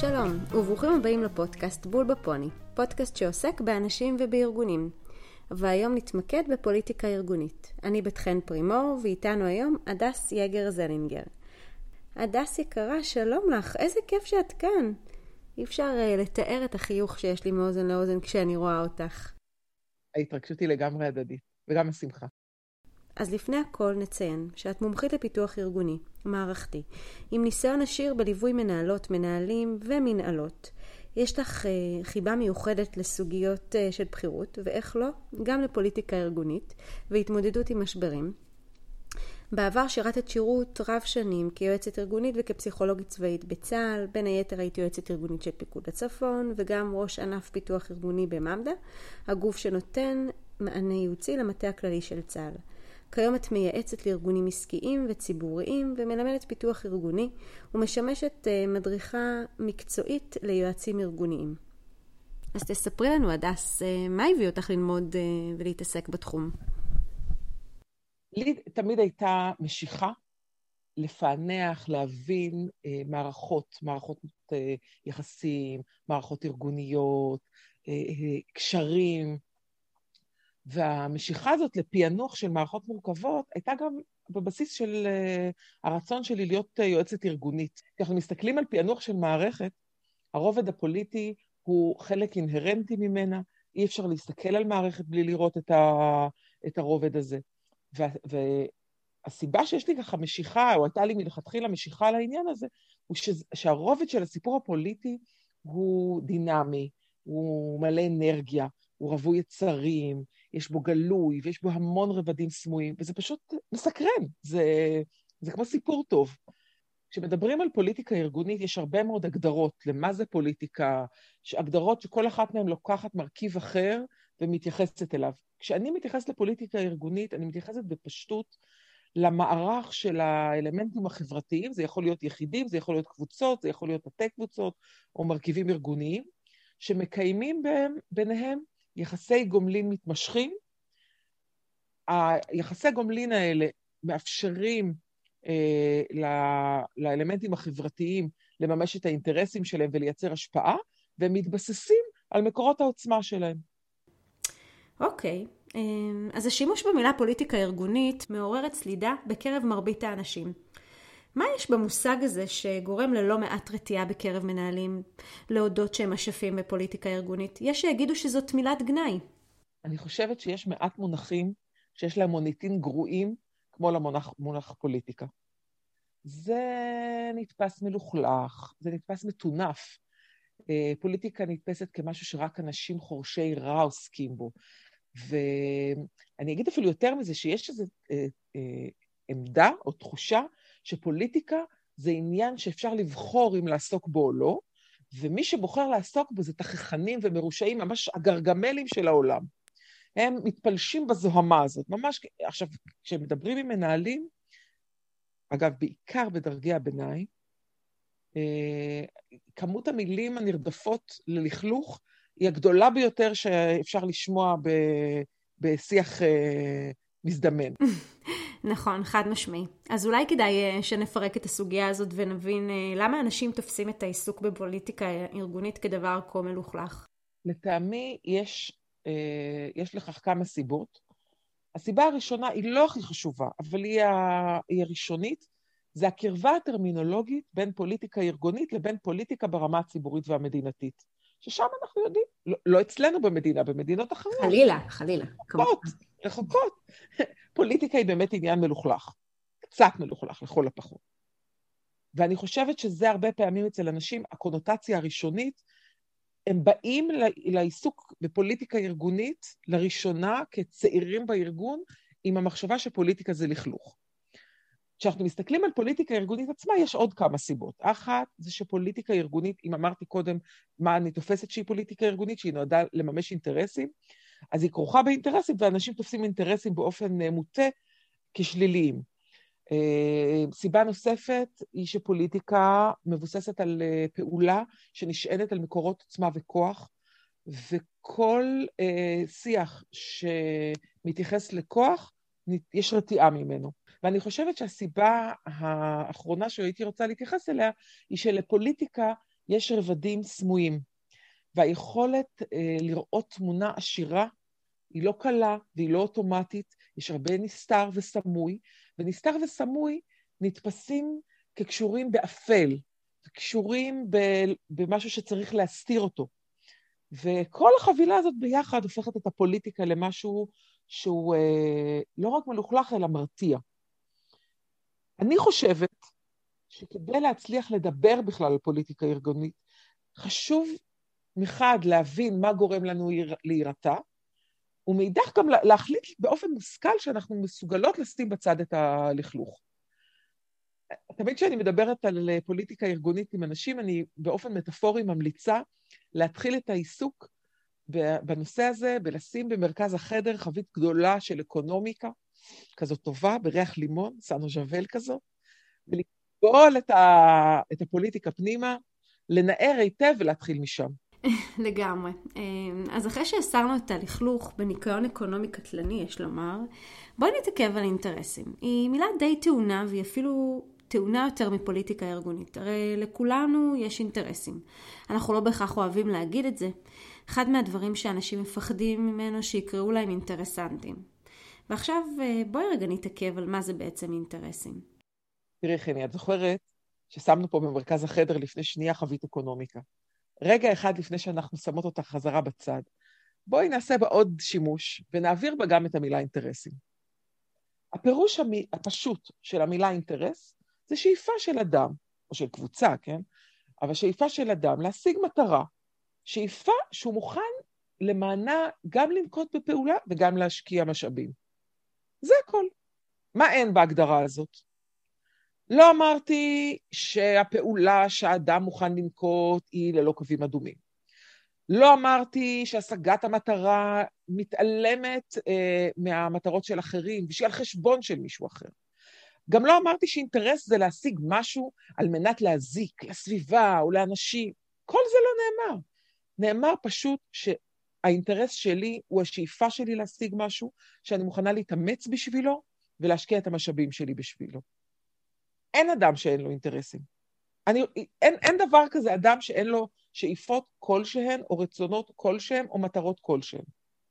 שלום, וברוכים הבאים לפודקאסט בול בפוני, פודקאסט שעוסק באנשים ובארגונים. והיום נתמקד בפוליטיקה ארגונית. אני בת חן פרימור, ואיתנו היום הדס יגר זלינגר. הדס יקרה, שלום לך, איזה כיף שאת כאן. אי אפשר לתאר את החיוך שיש לי מאוזן לאוזן כשאני רואה אותך. ההתרגשות היא לגמרי הדדית, וגם השמחה. אז לפני הכל נציין שאת מומחית לפיתוח ארגוני, מערכתי, עם ניסיון עשיר בליווי מנהלות, מנהלים ומנהלות. יש לך חיבה מיוחדת לסוגיות של בחירות, ואיך לא, גם לפוליטיקה ארגונית והתמודדות עם משברים. בעבר שירתת שירות רב שנים כיועצת ארגונית וכפסיכולוגית צבאית בצה"ל, בין היתר הייתי יועצת ארגונית של פיקוד הצפון, וגם ראש ענף פיתוח ארגוני בממד"ה, הגוף שנותן מענה ייעוצי למטה הכללי של צה"ל. כיום את מייעצת לארגונים עסקיים וציבוריים ומלמדת פיתוח ארגוני ומשמשת מדריכה מקצועית ליועצים ארגוניים. אז תספרי לנו, הדס, מה הביא אותך ללמוד ולהתעסק בתחום? לי תמיד הייתה משיכה לפענח, להבין מערכות יחסים, מערכות ארגוניות, קשרים, והמשיכה הזאת לפענוח של מערכות מורכבות הייתה גם בבסיס של הרצון שלי להיות יועצת ארגונית. כשאנחנו מסתכלים על פענוח של מערכת, הרובד הפוליטי הוא חלק אינהרנטי ממנה, אי אפשר להסתכל על מערכת בלי לראות את הרובד הזה. והסיבה שיש לי ככה משיכה, או הייתה לי מלכתחילה משיכה על העניין הזה, הוא שהרובד של הסיפור הפוליטי הוא דינמי, הוא מלא אנרגיה, הוא רווי יצרים, יש בו גלוי, ויש בו המון רבדים סמויים, וזה פשוט מסקרן, זה כמו סיפור טוב. כשמדברים על פוליטיקה ארגונית, יש הרבה מאוד הגדרות למה זה פוליטיקה, הגדרות שכל אחת מהן לוקחת מרכיב אחר ומתייחסת אליו. כשאני מתייחסת לפוליטיקה ארגונית, אני מתייחסת בפשטות למערך של האלמנטים החברתיים, זה יכול להיות יחידים, זה יכול להיות קבוצות, זה יכול להיות תתי קבוצות או מרכיבים ארגוניים, שמקיימים ביניהם יחסי גומלין מתמשכים. היחסי גומלין האלה מאפשרים לאלמנטים החברתיים לממש את האינטרסים שלהם ולייצר השפעה, והם מתבססים על מקורות העוצמה שלהם. אוקיי, אז השימוש במילה פוליטיקה ארגונית מעוררת סלידה בקרב מרבית האנשים. מה יש במושג הזה שגורם ללא מעט רתיעה בקרב מנהלים להודות שהם אשפים בפוליטיקה ארגונית? יש שיגידו שזאת מילת גנאי. אני חושבת שיש מעט מונחים שיש להם מוניטין גרועים כמו למונח פוליטיקה. זה נתפס מלוכלך, זה נתפס מטונף. פוליטיקה נתפסת כמשהו שרק אנשים חורשי רע עוסקים בו. ואני אגיד אפילו יותר מזה, שיש איזו עמדה או תחושה שפוליטיקה זה עניין שאפשר לבחור אם לעסוק בו או לא, ומי שבוחר לעסוק בו זה תככנים ומרושעים, ממש הגרגמלים של העולם. הם מתפלשים בזוהמה הזאת, ממש. עכשיו, כשמדברים עם מנהלים, אגב, בעיקר בדרגי הביניים, כמות המילים הנרדפות ללכלוך היא הגדולה ביותר שאפשר לשמוע בשיח מזדמן. נכון, חד משמעי. אז אולי כדאי שנפרק את הסוגיה הזאת ונבין למה אנשים תופסים את העיסוק בפוליטיקה ארגונית כדבר כה מלוכלך. לטעמי יש לכך כמה סיבות. הסיבה הראשונה היא לא הכי חשובה, אבל היא הראשונית, זה הקרבה הטרמינולוגית בין פוליטיקה ארגונית לבין פוליטיקה ברמה הציבורית והמדינתית. ששם אנחנו יודעים, לא אצלנו במדינה, במדינות אחרות. חלילה. רחוקות. פוליטיקה היא באמת עניין מלוכלך. קצת מלוכלך, לכל הפחות. ואני חושבת שזה הרבה פעמים אצל אנשים, הקונוטציה הראשונית, הם באים לעיסוק בפוליטיקה ארגונית, לראשונה כצעירים בארגון, עם המחשבה שפוליטיקה זה לכלוך. כשאנחנו מסתכלים על פוליטיקה ארגונית עצמה, יש עוד כמה סיבות. אחת, זה שפוליטיקה ארגונית, אם אמרתי קודם מה אני תופסת שהיא פוליטיקה ארגונית, שהיא נועדה לממש אינטרסים, אז היא כרוכה באינטרסים, ואנשים תופסים אינטרסים באופן מוטה כשליליים. סיבה נוספת היא שפוליטיקה מבוססת על פעולה שנשענת על מקורות עוצמה וכוח, וכל שיח שמתייחס לכוח, יש רתיעה ממנו. ואני חושבת שהסיבה האחרונה שהייתי רוצה להתייחס אליה, היא שלפוליטיקה יש רבדים סמויים, והיכולת לראות תמונה עשירה היא לא קלה והיא לא אוטומטית, יש הרבה נסתר וסמוי, ונסתר וסמוי נתפסים כקשורים באפל, קשורים במשהו שצריך להסתיר אותו. וכל החבילה הזאת ביחד הופכת את הפוליטיקה למשהו שהוא לא רק מלוכלך, אלא מרתיע. אני חושבת שכדי להצליח לדבר בכלל על פוליטיקה ארגונית, חשוב מחד להבין מה גורם לנו להירתע, ומאידך גם להחליט באופן מושכל שאנחנו מסוגלות לשים בצד את הלכלוך. תמיד כשאני מדברת על פוליטיקה ארגונית עם אנשים, אני באופן מטאפורי ממליצה להתחיל את העיסוק בנושא הזה, בלשים במרכז החדר חבית גדולה של אקונומיקה, כזאת טובה, בריח לימון, סנו ז'בל כזאת, ולקבול את הפוליטיקה פנימה, לנער היטב ולהתחיל משם. לגמרי. אז אחרי שהסרנו את הלכלוך בניקיון אקונומי קטלני, יש לומר, בואי נתעכב על אינטרסים. היא מילה די טעונה, והיא אפילו טעונה יותר מפוליטיקה ארגונית. הרי לכולנו יש אינטרסים. אנחנו לא בהכרח אוהבים להגיד את זה. אחד מהדברים שאנשים מפחדים ממנו שיקראו להם אינטרסנטים. ועכשיו בואי רגע נתעכב על מה זה בעצם אינטרסים. תראי חני, את זוכרת ששמנו פה במרכז החדר לפני שנייה חבית אקונומיקה. רגע אחד לפני שאנחנו שמות אותה חזרה בצד, בואי נעשה בה עוד שימוש, ונעביר בה גם את המילה אינטרסים. הפירוש הפשוט של המילה אינטרס, זה שאיפה של אדם, או של קבוצה, כן? אבל שאיפה של אדם להשיג מטרה, שאיפה שהוא מוכן למענה גם לנקוט בפעולה וגם להשקיע משאבים. זה הכל. מה אין בהגדרה הזאת? לא אמרתי שהפעולה שהאדם מוכן לנקוט היא ללא קווים אדומים. לא אמרתי שהשגת המטרה מתעלמת מהמטרות של אחרים, ושהיא על חשבון של מישהו אחר. גם לא אמרתי שאינטרס זה להשיג משהו על מנת להזיק לסביבה או לאנשים. כל זה לא נאמר. נאמר פשוט שהאינטרס שלי הוא השאיפה שלי להשיג משהו, שאני מוכנה להתאמץ בשבילו ולהשקיע את המשאבים שלי בשבילו. אין אדם שאין לו אינטרסים. אין דבר כזה אדם שאין לו שאיפות כלשהן, או רצונות כלשהן, או מטרות כלשהן.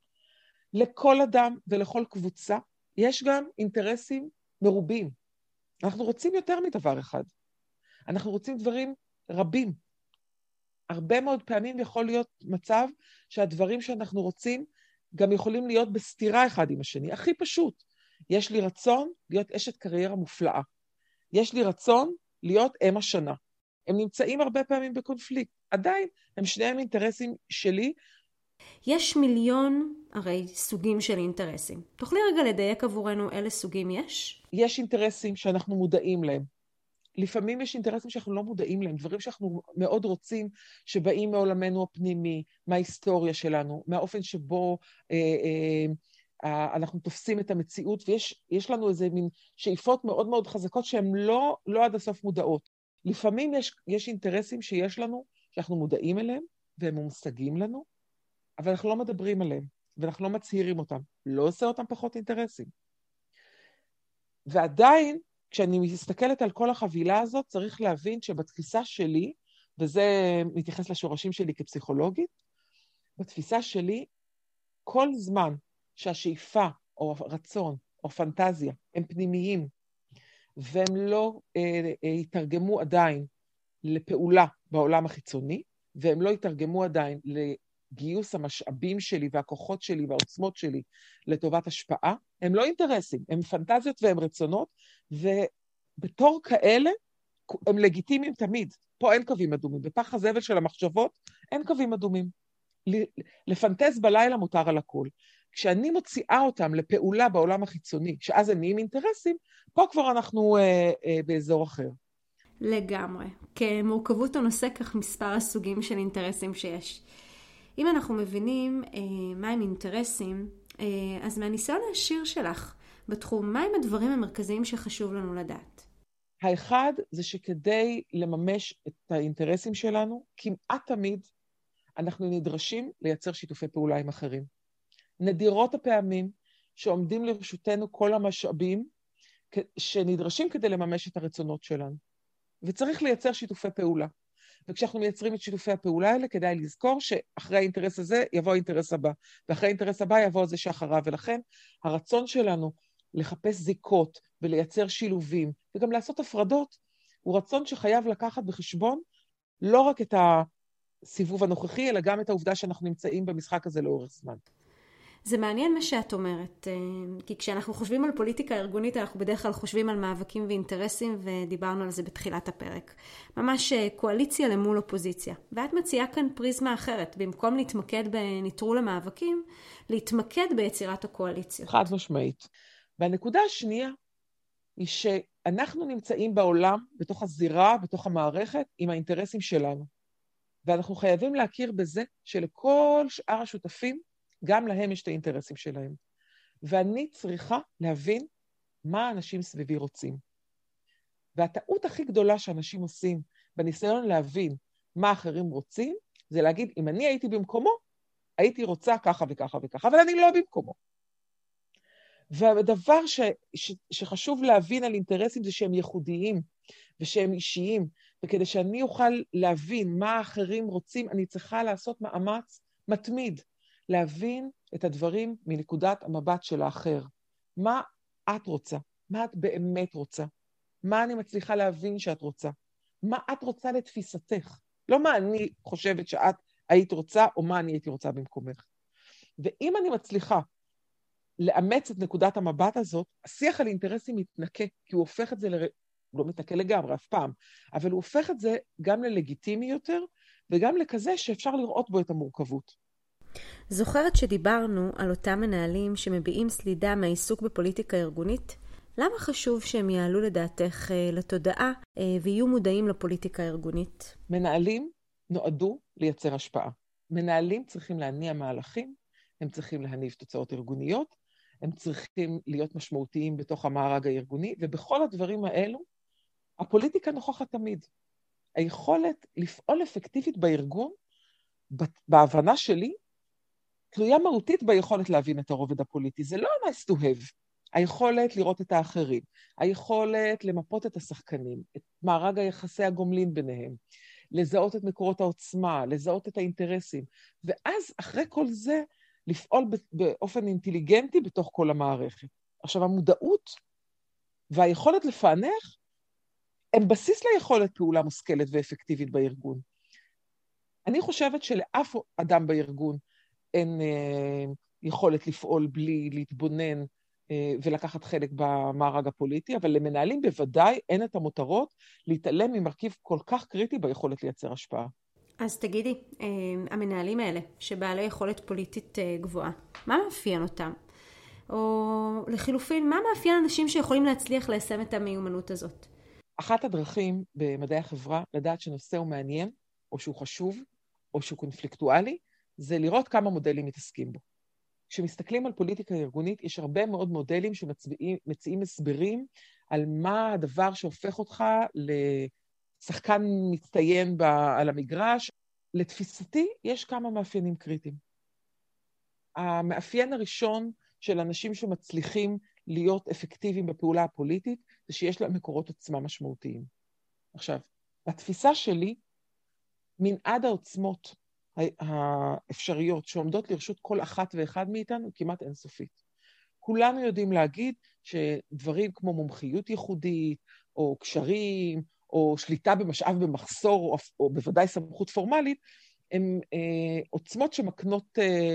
לכל אדם ולכל קבוצה יש גם אינטרסים מרובים. אנחנו רוצים יותר מדבר אחד. אנחנו רוצים דברים רבים. הרבה מאוד פעמים יכול להיות מצב שהדברים שאנחנו רוצים גם יכולים להיות בסתירה אחד עם השני. הכי פשוט, יש לי רצון להיות אשת קריירה מופלאה. יש לי רצון להיות אם השנה. הם נמצאים הרבה פעמים בקונפליקט. עדיין, הם שניהם אינטרסים שלי. יש מיליון, הרי, סוגים של אינטרסים. תוכלי רגע לדייק עבורנו אלה סוגים יש? יש אינטרסים שאנחנו מודעים להם. לפעמים יש אינטרסים שאנחנו לא מודעים להם, דברים שאנחנו מאוד רוצים, שבאים מעולמנו הפנימי, מההיסטוריה שלנו, מהאופן שבו אנחנו תופסים את המציאות, ויש לנו איזה מין שאיפות מאוד מאוד חזקות שהן לא עד הסוף מודעות. לפעמים יש אינטרסים שיש לנו, שאנחנו מודעים אליהם, והם מושגים לנו, אבל אנחנו לא מדברים עליהם, ואנחנו לא מצהירים אותם. לא עושה אותם פחות אינטרסים. ועדיין, כשאני מסתכלת על כל החבילה הזאת, צריך להבין שבתפיסה שלי, וזה מתייחס לשורשים שלי כפסיכולוגית, בתפיסה שלי, כל זמן שהשאיפה או הרצון או פנטזיה הם פנימיים, והם לא יתרגמו עדיין לפעולה בעולם החיצוני, והם לא יתרגמו עדיין לגיוס המשאבים שלי והכוחות שלי והעוצמות שלי לטובת השפעה, הם לא אינטרסים, הם פנטזיות והם רצונות, ובתור כאלה הם לגיטימיים תמיד. פה אין קווים אדומים, בפח הזבל של המחשבות אין קווים אדומים. לפנטז בלילה מותר על הכל. כשאני מוציאה אותם לפעולה בעולם החיצוני, שאז הם נהיים אינטרסים, פה כבר אנחנו באזור אחר. לגמרי. כמורכבות הנושא כך מספר הסוגים של אינטרסים שיש. אם אנחנו מבינים מהם אינטרסים, אז מהניסיון העשיר שלך בתחום, מהם הדברים המרכזיים שחשוב לנו לדעת? האחד זה שכדי לממש את האינטרסים שלנו, כמעט תמיד אנחנו נדרשים לייצר שיתופי פעולה עם אחרים. נדירות הפעמים שעומדים לרשותנו כל המשאבים שנדרשים כדי לממש את הרצונות שלנו. וצריך לייצר שיתופי פעולה. וכשאנחנו מייצרים את שיתופי הפעולה האלה, כדאי לזכור שאחרי האינטרס הזה יבוא האינטרס הבא, ואחרי האינטרס הבא יבוא זה שאחריו, ולכן הרצון שלנו לחפש זיקות ולייצר שילובים, וגם לעשות הפרדות, הוא רצון שחייב לקחת בחשבון לא רק את הסיבוב הנוכחי, אלא גם את העובדה שאנחנו נמצאים במשחק הזה לאורך זמן. זה מעניין מה שאת אומרת, כי כשאנחנו חושבים על פוליטיקה ארגונית, אנחנו בדרך כלל חושבים על מאבקים ואינטרסים, ודיברנו על זה בתחילת הפרק. ממש קואליציה למול אופוזיציה. ואת מציעה כאן פריזמה אחרת, במקום להתמקד בניטרול המאבקים, להתמקד ביצירת הקואליציות. חד משמעית. והנקודה השנייה, היא שאנחנו נמצאים בעולם, בתוך הזירה, בתוך המערכת, עם האינטרסים שלנו. ואנחנו חייבים להכיר בזה שלכל שאר השותפים, גם להם יש את האינטרסים שלהם. ואני צריכה להבין מה האנשים סביבי רוצים. והטעות הכי גדולה שאנשים עושים בניסיון להבין מה אחרים רוצים, זה להגיד, אם אני הייתי במקומו, הייתי רוצה ככה וככה וככה, אבל אני לא במקומו. והדבר שחשוב להבין על אינטרסים זה שהם ייחודיים ושהם אישיים, וכדי שאני אוכל להבין מה האחרים רוצים, אני צריכה לעשות מאמץ מתמיד, להבין את הדברים מנקודת המבט של האחר. מה את רוצה? מה את באמת רוצה? מה אני מצליחה להבין שאת רוצה? מה את רוצה לתפיסתך? לא מה אני חושבת שאת היית רוצה, או מה אני הייתי רוצה במקומך. ואם אני מצליחה לאמץ את נקודת המבט הזאת, השיח על אינטרסים מתנקה, כי הוא הופך את זה לא מתנקה לגמרי, אף פעם, אבל הוא הופך את זה גם ללגיטימי יותר, וגם לכזה שאפשר לראות בו את המורכבות. זוכרת שדיברנו על אותם מנהלים שמביעים סלידה מהעיסוק בפוליטיקה ארגונית? למה חשוב שהם יעלו לדעתך לתודעה ויהיו מודעים לפוליטיקה ארגונית? מנהלים נועדו לייצר השפעה. מנהלים צריכים להניע מהלכים, הם צריכים להניב תוצאות ארגוניות, הם צריכים להיות משמעותיים בתוך המארג הארגוני, ובכל הדברים האלו, הפוליטיקה נוכחת תמיד. היכולת לפעול אפקטיבית בארגון, בהבנה שלי, תלויה מהותית ביכולת להבין את הרובד הפוליטי. זה לא nice to have. היכולת לראות את האחרים, היכולת למפות את השחקנים, את מארג היחסי הגומלין ביניהם, לזהות את מקורות העוצמה, לזהות את האינטרסים, ואז אחרי כל זה, לפעול באופן אינטליגנטי בתוך כל המערכת. עכשיו, המודעות והיכולת לפענח, הם בסיס ליכולת פעולה מושכלת ואפקטיבית בארגון. אני חושבת שלאף אדם בארגון אין יכולת לפעול בלי להתבונן ולקחת חלק במארג הפוליטי, אבל למנהלים בוודאי אין את המותרות להתעלם ממרכיב כל כך קריטי ביכולת לייצר השפעה. אז תגידי, המנהלים האלה, שבעלי יכולת פוליטית גבוהה, מה מאפיין אותם? או לחילופין, מה מאפיין אנשים שיכולים להצליח ליישם את המיומנות הזאת? אחת הדרכים במדעי החברה לדעת שנושא הוא מעניין, או שהוא חשוב, או שהוא קונפליקטואלי, זה לראות כמה מודלים מתעסקים בו. כשמסתכלים על פוליטיקה ארגונית, יש הרבה מאוד מודלים שמציעים הסברים על מה הדבר שהופך אותך לשחקן מצטיין על המגרש. לתפיסתי, יש כמה מאפיינים קריטיים. המאפיין הראשון של אנשים שמצליחים להיות אפקטיביים בפעולה הפוליטית, זה שיש להם מקורות עוצמה משמעותיים. עכשיו, בתפיסה שלי, מנעד העוצמות האפשריות שעומדות לרשות כל אחת ואחד מאיתנו, כמעט אינסופית. כולנו יודעים להגיד שדברים כמו מומחיות ייחודית, או קשרים, או שליטה במשאב במחסור, או בוודאי סמכות פורמלית, הם עוצמות שמקנות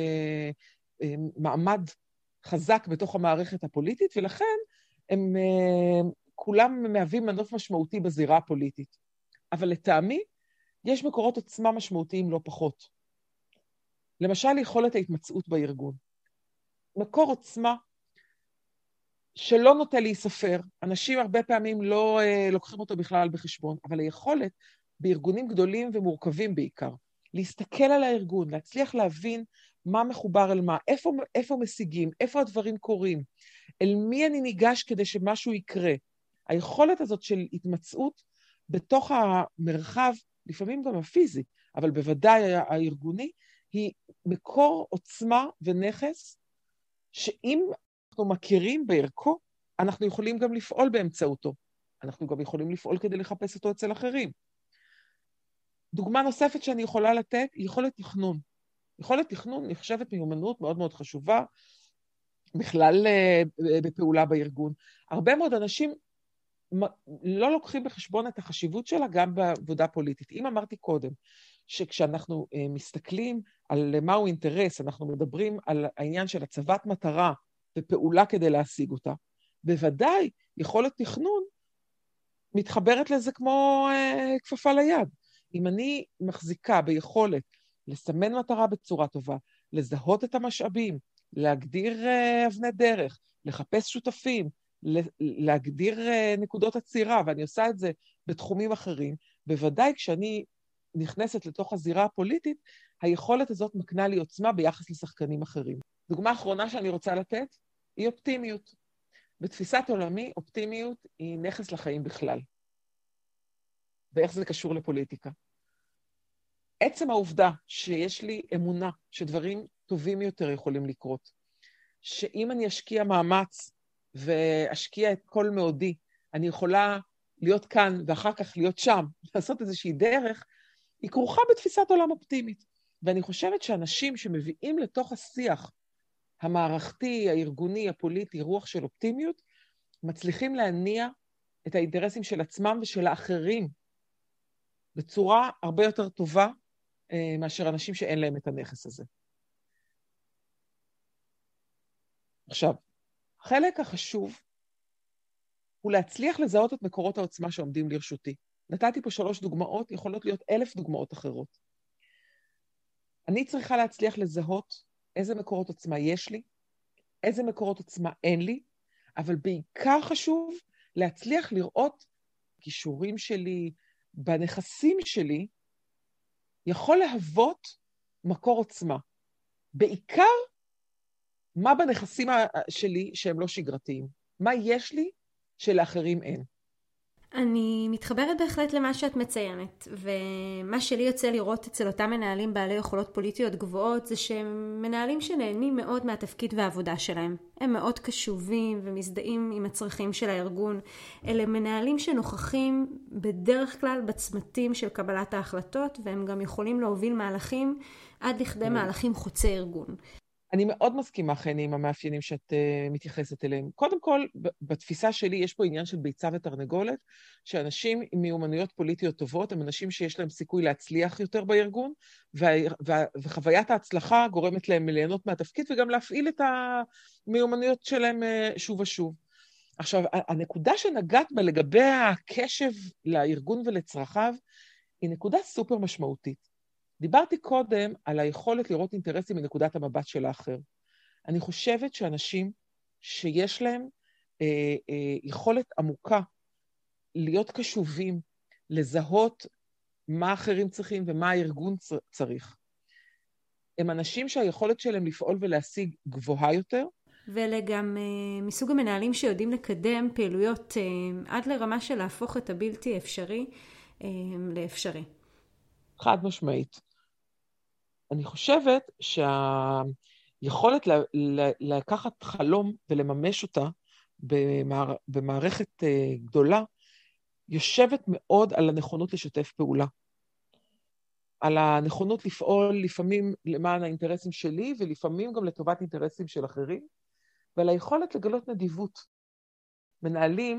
מעמד חזק בתוך המערכת הפוליטית, ולכן הם כולם מהווים מנוף משמעותי בזירה הפוליטית. אבל לטעמי, יש מקורות עוצמה משמעותיים לא פחות. למשל, יכולת ההתמצאות בארגון. מקור עוצמה שלא נוטה להיספר, אנשים הרבה פעמים לא לוקחים אותו בכלל בחשבון, אבל היכולת בארגונים גדולים ומורכבים בעיקר, להסתכל על הארגון, להצליח להבין מה מחובר אל מה, איפה משיגים, איפה הדברים קורים, אל מי אני ניגש כדי שמשהו יקרה. היכולת הזאת של התמצאות בתוך המרחב, לפעמים גם הפיזי, אבל בוודאי הארגוני, היא מקור עוצמה ונכס, שאם אנחנו מכירים בערכו, אנחנו יכולים גם לפעול באמצעותו. אנחנו גם יכולים לפעול כדי לחפש אותו אצל אחרים. דוגמה נוספת שאני יכולה לתת היא יכולת תכנון. יכולת תכנון נחשבת מיומנות מאוד מאוד חשובה, בכלל בפעולה בארגון. הרבה מאוד אנשים לא לוקחים בחשבון את החשיבות שלה גם בעבודה פוליטית. אם אמרתי קודם, שכשאנחנו מסתכלים על מהו אינטרס, אנחנו מדברים על העניין של הצבת מטרה ופעולה כדי להשיג אותה, בוודאי יכולת תכנון מתחברת לזה כמו כפפה ליד. אם אני מחזיקה ביכולת לסמן מטרה בצורה טובה, לזהות את המשאבים, להגדיר אבני דרך, לחפש שותפים, להגדיר נקודות עצירה, ואני עושה את זה בתחומים אחרים, בוודאי כשאני נכנסת לתוך הזירה הפוליטית, היכולת הזאת מקנה לי עוצמה ביחס לשחקנים אחרים. דוגמה אחרונה שאני רוצה לתת היא אופטימיות. בתפיסת עולמי, אופטימיות היא נכס לחיים בכלל. ואיך זה קשור לפוליטיקה. עצם העובדה שיש לי אמונה שדברים טובים יותר יכולים לקרות, שאם אני אשקיע מאמץ ואשקיע את כל מאודי, אני יכולה להיות כאן ואחר כך להיות שם, לעשות איזושהי דרך, היא כרוכה בתפיסת עולם אופטימית. ואני חושבת שאנשים שמביאים לתוך השיח המערכתי, הארגוני, הפוליטי, רוח של אופטימיות, מצליחים להניע את האינטרסים של עצמם ושל האחרים בצורה הרבה יותר טובה מאשר אנשים שאין להם את הנכס הזה. עכשיו, החלק החשוב הוא להצליח לזהות את מקורות העוצמה שעומדים לרשותי. נתתי פה 3 דוגמאות, יכולות להיות 1,000 דוגמאות אחרות. אני צריכה להצליח לזהות איזה מקורות עוצמה יש לי, איזה מקורות עוצמה אין לי, אבל בעיקר חשוב להצליח לראות כישורים שלי, בנכסים שלי, יכול להוות מקור עוצמה. בעיקר מה בנכסים שלי שהם לא שגרתיים. מה יש לי שלאחרים אין. אני מתחברת בהחלט למה שאת מציינת, ומה שלי יוצא לראות אצל אותם מנהלים בעלי יכולות פוליטיות גבוהות, זה שהם מנהלים שנהנים מאוד מהתפקיד והעבודה שלהם. הם מאוד קשובים ומזדהים עם הצרכים של הארגון. אלה מנהלים שנוכחים בדרך כלל בצמתים של קבלת ההחלטות, והם גם יכולים להוביל מהלכים עד לכדי מהלכים חוצי ארגון. אני מאוד מסכימה, חני, עם המאפיינים שאת מתייחסת אליהם. קודם כל, בתפיסה שלי יש פה עניין של ביצה ותרנגולת, שאנשים עם מיומנויות פוליטיות טובות, הם אנשים שיש להם סיכוי להצליח יותר בארגון, וחוויית ההצלחה גורמת להם ליהנות מהתפקיד, וגם להפעיל את המיומנויות שלהם שוב ושוב. עכשיו, הנקודה שנגעת בה לגבי הקשב לארגון ולצרכיו, היא נקודה סופר משמעותית. דיברתי קודם על היכולת לראות אינטרסים מנקודת המבט של האחר. אני חושבת שאנשים שיש להם יכולת עמוקה להיות קשובים, לזהות מה אחרים צריכים ומה הארגון צריך. הם אנשים שהיכולת שלהם לפעול ולהשיג גבוהה יותר. ואלה גם מסוג המנהלים שיודעים לקדם פעילויות עד לרמה של להפוך את הבלתי אפשרי לאפשרי. חד משמעית. אני חושבת שהיכולת לקחת חלום ולממש אותה במערכת גדולה, יושבת מאוד על הנכונות לשתף פעולה. על הנכונות לפעול לפעמים למען האינטרסים שלי, ולפעמים גם לטובת אינטרסים של אחרים, ועל היכולת לגלות נדיבות. מנהלים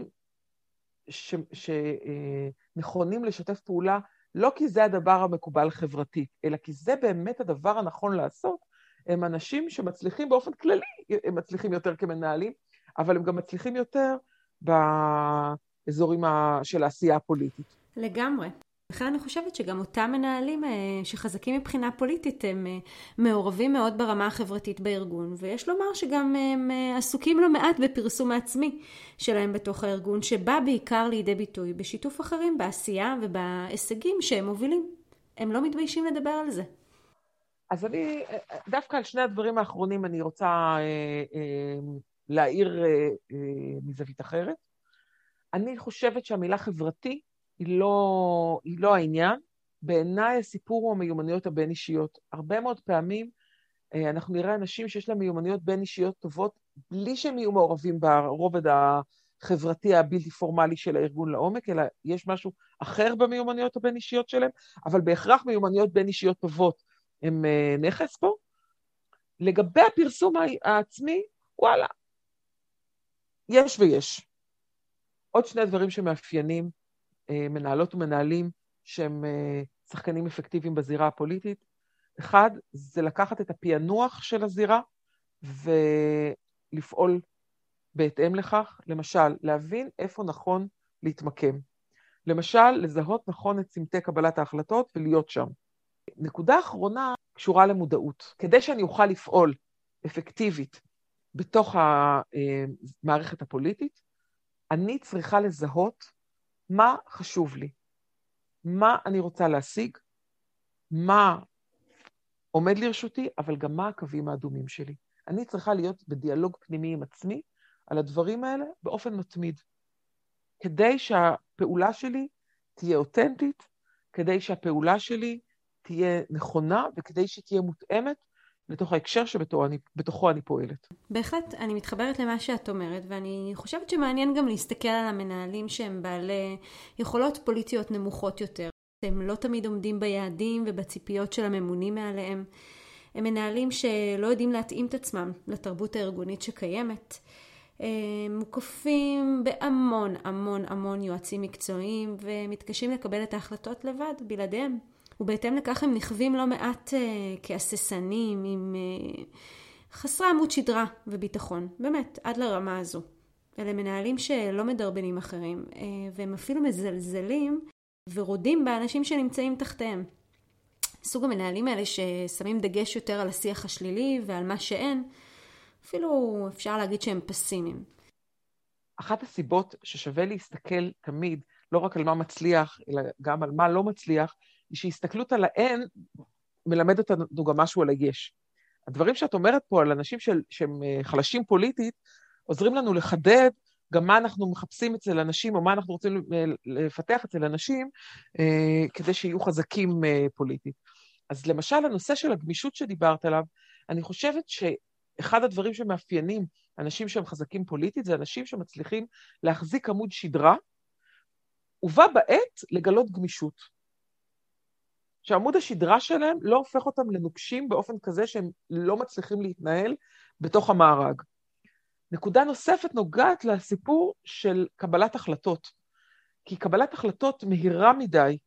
שנכונים לשתף פעולה, לא כי זה הדבר המקובל חברתית, אלא כי זה באמת הדבר הנכון לעשות, הם אנשים שמצליחים באופן כללי, הם מצליחים יותר כמנהלים, אבל הם גם מצליחים יותר באזורים של העשייה הפוליטית. לגמרי. לכן אני חושבת שגם אותם מנהלים שחזקים מבחינה פוליטית הם מעורבים מאוד ברמה החברתית בארגון, ויש לומר שגם הם עסוקים לא מעט בפרסום העצמי שלהם בתוך הארגון, שבא בעיקר לידי ביטוי בשיתוף אחרים בעשייה ובהישגים שהם מובילים. הם לא מתביישים לדבר על זה. אז אני, דווקא על שני הדברים האחרונים אני רוצה להעיר מזווית אחרת. אני חושבת שהמילה חברתי היא לא העניין. בעיניי הסיפור הוא המיומנויות הבין אישיות. הרבה מאוד פעמים אנחנו נראה אנשים שיש להם מיומנויות בין אישיות טובות, בלי שהם יהיו מעורבים ברובד החברתי הבלתי פורמלי של הארגון לעומק, אלא יש משהו אחר במיומנויות הבין-אישיות שלהם, אבל בהכרח מיומנויות בין-אישיות טובות הם נכס פה. לגבי הפרסום העצמי, וואלה, יש ויש. עוד שני דברים שמאפיינים מנהלות ומנהלים שהם שחקנים אפקטיביים בזירה הפוליטית. אחד, זה לקחת את הפענוח של הזירה ולפעול בהתאם לכך. למשל, להבין איפה נכון להתמקם. למשל, לזהות נכון את צמתי קבלת ההחלטות ולהיות שם. נקודה אחרונה קשורה למודעות. כדי שאני אוכל לפעול אפקטיבית בתוך המערכת הפוליטית, אני צריכה לזהות מה חשוב לי, מה אני רוצה להשיג, מה עומד לרשותי, אבל גם מה הקווים האדומים שלי. אני צריכה להיות בדיאלוג פנימי עם עצמי על הדברים האלה באופן מתמיד, כדי שהפעולה שלי תהיה אותנטית, כדי שהפעולה שלי תהיה נכונה, וכדי שתהיה מותאמת לתוך ההקשר שבתוכו אני פועלת. בהחלט, אני מתחברת למה שאת אומרת, ואני חושבת שמעניין גם להסתכל על המנהלים שהם בעלי יכולות פוליטיות נמוכות יותר. הם לא תמיד עומדים ביעדים ובציפיות של הממונים מעליהם. הם מנהלים שלא יודעים להתאים את עצמם לתרבות הארגונית שקיימת. מוקפים בהמון המון המון יועצים מקצועיים, ומתקשים לקבל את ההחלטות לבד, בלעדיהם. ובהתאם לכך הם נכווים לא מעט כהססנים, עם חסרי עמוד שדרה וביטחון. באמת, עד לרמה הזו. אלה מנהלים שלא מדרבנים אחרים, והם אפילו מזלזלים ורודים באנשים שנמצאים תחתיהם. סוג המנהלים האלה ששמים דגש יותר על השיח השלילי ועל מה שאין, אפילו אפשר להגיד שהם פסימיים. אחת הסיבות ששווה להסתכל תמיד, לא רק על מה מצליח, אלא גם על מה לא מצליח, היא שהסתכלות על האין מלמדת אותנו גם משהו על היש. הדברים שאת אומרת פה על אנשים שהם חלשים פוליטית, עוזרים לנו לחדד גם מה אנחנו מחפשים אצל אנשים, או מה אנחנו רוצים לפתח אצל אנשים, כדי שיהיו חזקים פוליטית. אז למשל, הנושא של הגמישות שדיברת עליו, אני חושבת שאחד הדברים שמאפיינים אנשים שהם חזקים פוליטית, זה אנשים שמצליחים להחזיק עמוד שדרה, ובה בעת לגלות גמישות. שעמוד השדרה שלהם לא הופך אותם לנוקשים באופן כזה שהם לא מצליחים להתנהל בתוך המארג. נקודה נוספת נוגעת לסיפור של קבלת החלטות. כי קבלת החלטות מהירה מדי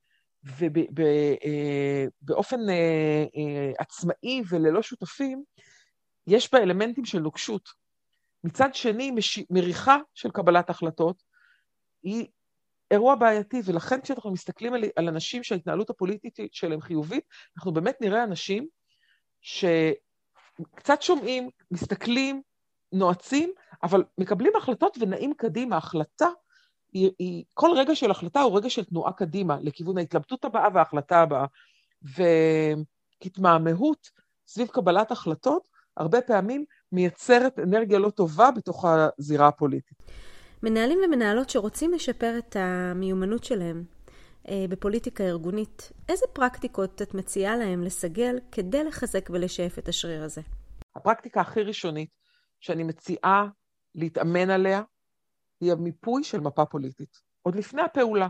ובאופן עצמאי וללא שותפים, יש בה אלמנטים של נוקשות. מצד שני, מריחה של קבלת החלטות היא אירוע בעייתי, ולכן כשאנחנו מסתכלים על אנשים שההתנהלות הפוליטית שלהם חיובית, אנחנו באמת נראה אנשים שקצת שומעים, מסתכלים, נועצים, אבל מקבלים החלטות ונעים קדימה. ההחלטה, כל רגע של החלטה הוא רגע של תנועה קדימה, לכיוון ההתלבטות הבאה וההחלטה הבאה. והתמהמהות סביב קבלת החלטות, הרבה פעמים מייצרת אנרגיה לא טובה בתוך הזירה הפוליטית. מנהלים ומנהלות שרוצים לשפר את המיומנות שלהם בפוליטיקה ארגונית, איזה פרקטיקות את מציעה להם לסגל כדי לחזק ולשאף את השריר הזה? הפרקטיקה הכי ראשונית שאני מציעה להתאמן עליה, היא המיפוי של מפה פוליטית. עוד לפני הפעולה.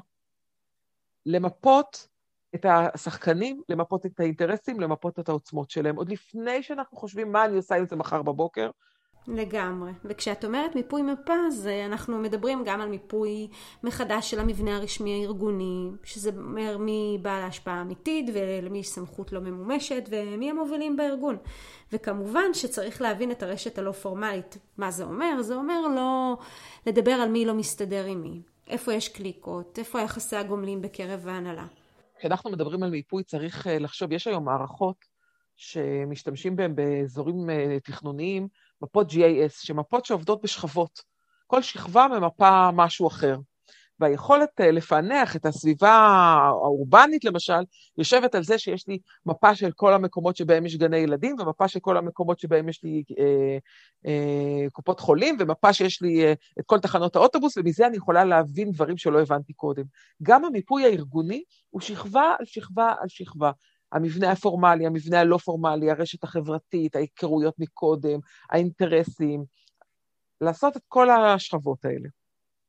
למפות את השחקנים, למפות את האינטרסים, למפות את העוצמות שלהם. עוד לפני שאנחנו חושבים מה אני עושה עם זה מחר בבוקר. לגמרי. וכשאת אומרת מיפוי מפה, אז אנחנו מדברים גם על מיפוי מחדש של המבנה הרשמי הארגוני, שזה אומר מי בעל ההשפעה האמיתית ולמי יש סמכות לא ממומשת ומי המובילים בארגון. וכמובן שצריך להבין את הרשת הלא פורמלית. מה זה אומר? זה אומר לא לדבר על מי לא מסתדר עם מי. איפה יש קליקות, איפה יחסי הגומלין בקרב ההנהלה. כשאנחנו מדברים על מיפוי צריך לחשוב, יש היום מערכות שמשתמשים בהם באזורים תכנוניים, מפות GIS, שמפות שעובדות בשכבות. כל שכבה ממפה משהו אחר. והיכולת לפענח את הסביבה האורבנית, למשל, יושבת על זה שיש לי מפה של כל המקומות שבהם יש גני ילדים, ומפה של כל המקומות שבהם יש לי קופות חולים, ומפה שיש לי את כל תחנות האוטובוס, ומזה אני יכולה להבין דברים שלא הבנתי קודם. גם המיפוי הארגוני הוא שכבה על שכבה על שכבה. המבנה הפורמלי, המבנה הלא פורמלי, הרשת החברתית, ההיכרויות מקודם, האינטרסים, לעשות את כל השכבות האלה.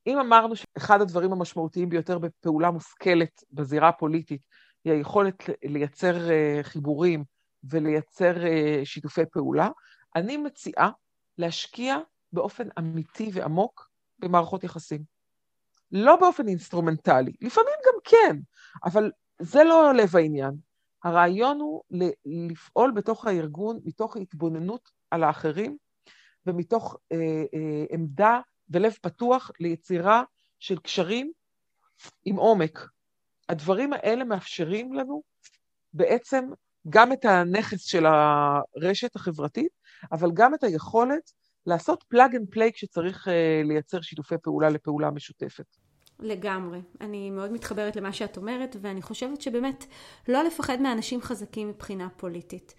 אם אמרנו שאחד הדברים המשמעותיים ביותר בפעולה מושכלת בזירה הפוליטית, היא היכולת לייצר חיבורים ולייצר שיתופי פעולה, אני מציעה להשקיע באופן אמיתי ועמוק במערכות יחסים. לא באופן אינסטרומנטלי, לפעמים גם כן, אבל זה לא לב העניין. הרעיון הוא לפעול בתוך הארגון, מתוך התבוננות על האחרים, ומתוך עמדה ולב פתוח ליצירה של קשרים עם עומק. הדברים האלה מאפשרים לנו בעצם גם את הנכס של הרשת החברתית, אבל גם את היכולת לעשות פלאג אנד פליי כשצריך לייצר שיתופי פעולה לפעולה משותפת. לגמרי. אני מאוד מתחברת למה שאת אומרת, ואני חושבת שבאמת לא לפחד מאנשים חזקים מבחינה פוליטית.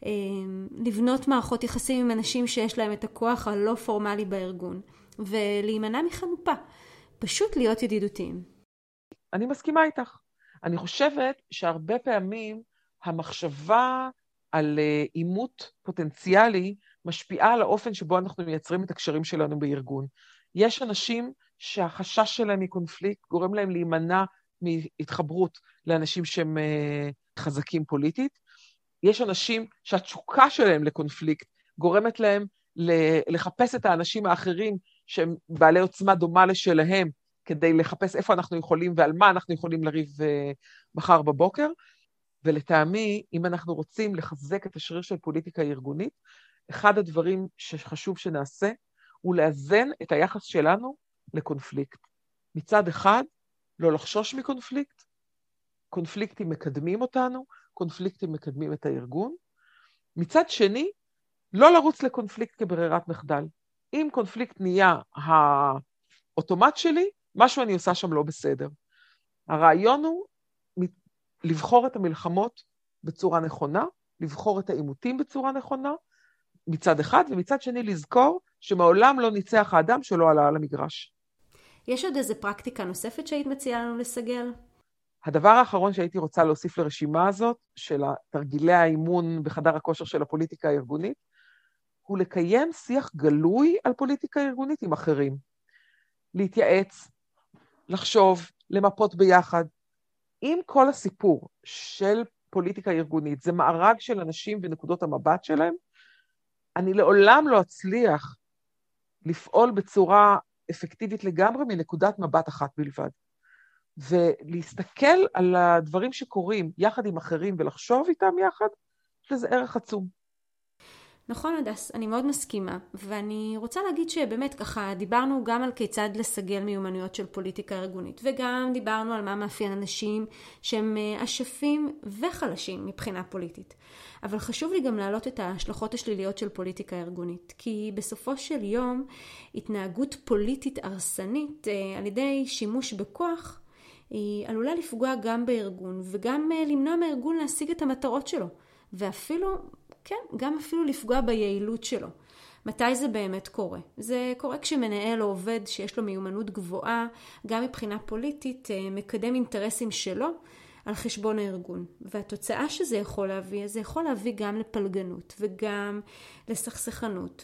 לבנות מערכות יחסים עם אנשים שיש להם את הכוח הלא פורמלי בארגון, ולהימנע מחנופה. פשוט להיות ידידותיים. אני מסכימה איתך. אני חושבת שהרבה פעמים המחשבה על עימות פוטנציאלי משפיעה על האופן שבו אנחנו מייצרים את הקשרים שלנו בארגון. יש אנשים שהחשש שלהם מקונפליקט גורם להם להימנע מהתחברות לאנשים שהם חזקים פוליטית. יש אנשים שהתשוקה שלהם לקונפליקט גורמת להם לחפש את האנשים האחרים שהם בעלי עוצמה דומה לשלהם, כדי לחפש איפה אנחנו יכולים ועל מה אנחנו יכולים לריב מחר בבוקר. ולטעמי, אם אנחנו רוצים לחזק את השריר של פוליטיקה ארגונית, אחד הדברים שחשוב שנעשה, הוא לאזן את היחס שלנו לקונפליקט. מצד אחד, לא לחשוש מקונפליקט, קונפליקטים מקדמים אותנו, קונפליקטים מקדמים את הארגון. מצד שני, לא לרוץ לקונפליקט כברירת מחדל. אם קונפליקט נהיה האוטומט שלי, משהו אני עושה שם לא בסדר. הרעיון הוא לבחור את המלחמות בצורה נכונה, לבחור את העימותים בצורה נכונה, מצד אחד, ומצד שני לזכור שמעולם לא ניצח האדם שלא עלה על המגרש. יש עוד איזה פרקטיקה נוספת שהיית מציעה לנו לסגל? הדבר האחרון שהייתי רוצה להוסיף לרשימה הזאת, של תרגילי האימון בחדר הכושר של הפוליטיקה הארגונית, הוא לקיים שיח גלוי על פוליטיקה ארגונית עם אחרים. להתייעץ, לחשוב, למפות ביחד. אם כל הסיפור של פוליטיקה ארגונית זה מארג של אנשים ונקודות המבט שלהם, אני לעולם לא אצליח לפעול בצורה אפקטיבית לגמרי מנקודת מבט אחת בלבד. ולהסתכל על הדברים שקורים יחד עם אחרים ולחשוב איתם יחד, יש לזה ערך עצום. נכון, הדס, אני מאוד מסכימה, ואני רוצה להגיד שבאמת ככה דיברנו גם על כיצד לסגל מיומנויות של פוליטיקה ארגונית, וגם דיברנו על מה מאפיין אנשים שהם אשפים וחלשים מבחינה פוליטית. אבל חשוב לי גם להעלות את ההשלכות השליליות של פוליטיקה ארגונית, כי בסופו של יום התנהגות פוליטית הרסנית על ידי שימוש בכוח, היא עלולה לפגוע גם בארגון, וגם למנוע מהארגון להשיג את המטרות שלו, ואפילו כן, גם אפילו לפגוע ביעילות שלו. מתי זה באמת קורה? זה קורה כשמנהל או עובד שיש לו מיומנות גבוהה, גם מבחינה פוליטית, מקדם אינטרסים שלו על חשבון הארגון. והתוצאה שזה יכול להביא, זה יכול להביא גם לפלגנות וגם לסכסכנות.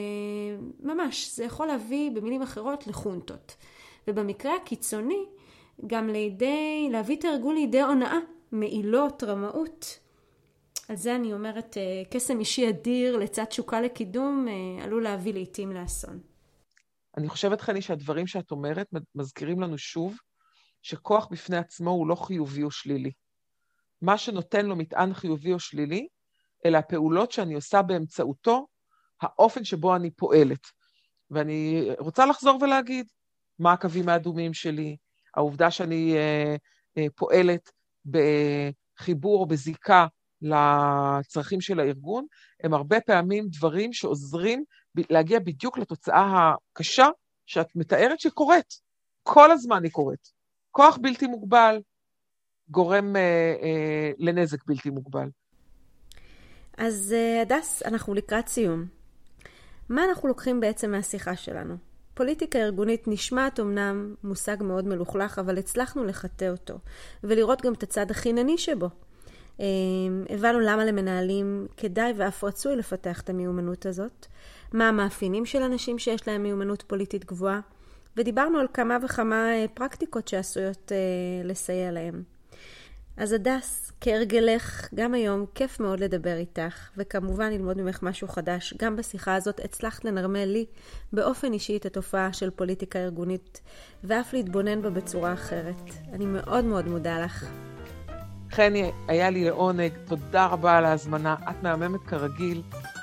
וממש, זה יכול להביא במילים אחרות לחונטות. ובמקרה הקיצוני, גם להביא את הארגון לידי הונאה, מעילות, רמאות. על זה אני אומרת, קסם אישי אדיר לצד תשוקה לקידום עלול להביא לעתים לאסון. אני חושבת, חני, שהדברים שאת אומרת מזכירים לנו שוב שכוח בפני עצמו הוא לא חיובי או שלילי. מה שנותן לו מטען חיובי או שלילי, אלא הפעולות שאני עושה באמצעותו, האופן שבו אני פועלת. ואני רוצה לחזור ולהגיד, מה הקווים האדומים שלי, העובדה שאני פועלת בחיבור או בזיקה לצרכים של הארגון, הם הרבה פעמים דברים שעוזרים להגיע בדיוק לתוצאה הקשה שאת מתארת שקורית. כל הזמן היא קורית. כוח בלתי מוגבל גורם לנזק בלתי מוגבל. אז הדס, אנחנו לקראת סיום. מה אנחנו לוקחים בעצם מהשיחה שלנו? פוליטיקה ארגונית נשמעת אמנם מושג מאוד מלוכלך, אבל הצלחנו לחטא אותו, ולראות גם את הצד החינני שבו. הבנו למה למנהלים כדאי ואף רצוי לפתח את המיומנות הזאת, מה המאפיינים של אנשים שיש להם מיומנות פוליטית גבוהה, ודיברנו על כמה וכמה פרקטיקות שעשויות לסייע להם. אז הדס, כהרגלך, גם היום כיף מאוד לדבר איתך, וכמובן ללמוד ממך משהו חדש. גם בשיחה הזאת הצלחת לנרמל לי באופן אישי את התופעה של פוליטיקה ארגונית, ואף להתבונן בה בצורה אחרת. אני מאוד מאוד מודה לך. חני, היה לי לעונג, תודה רבה על ההזמנה, את מהממת כרגיל.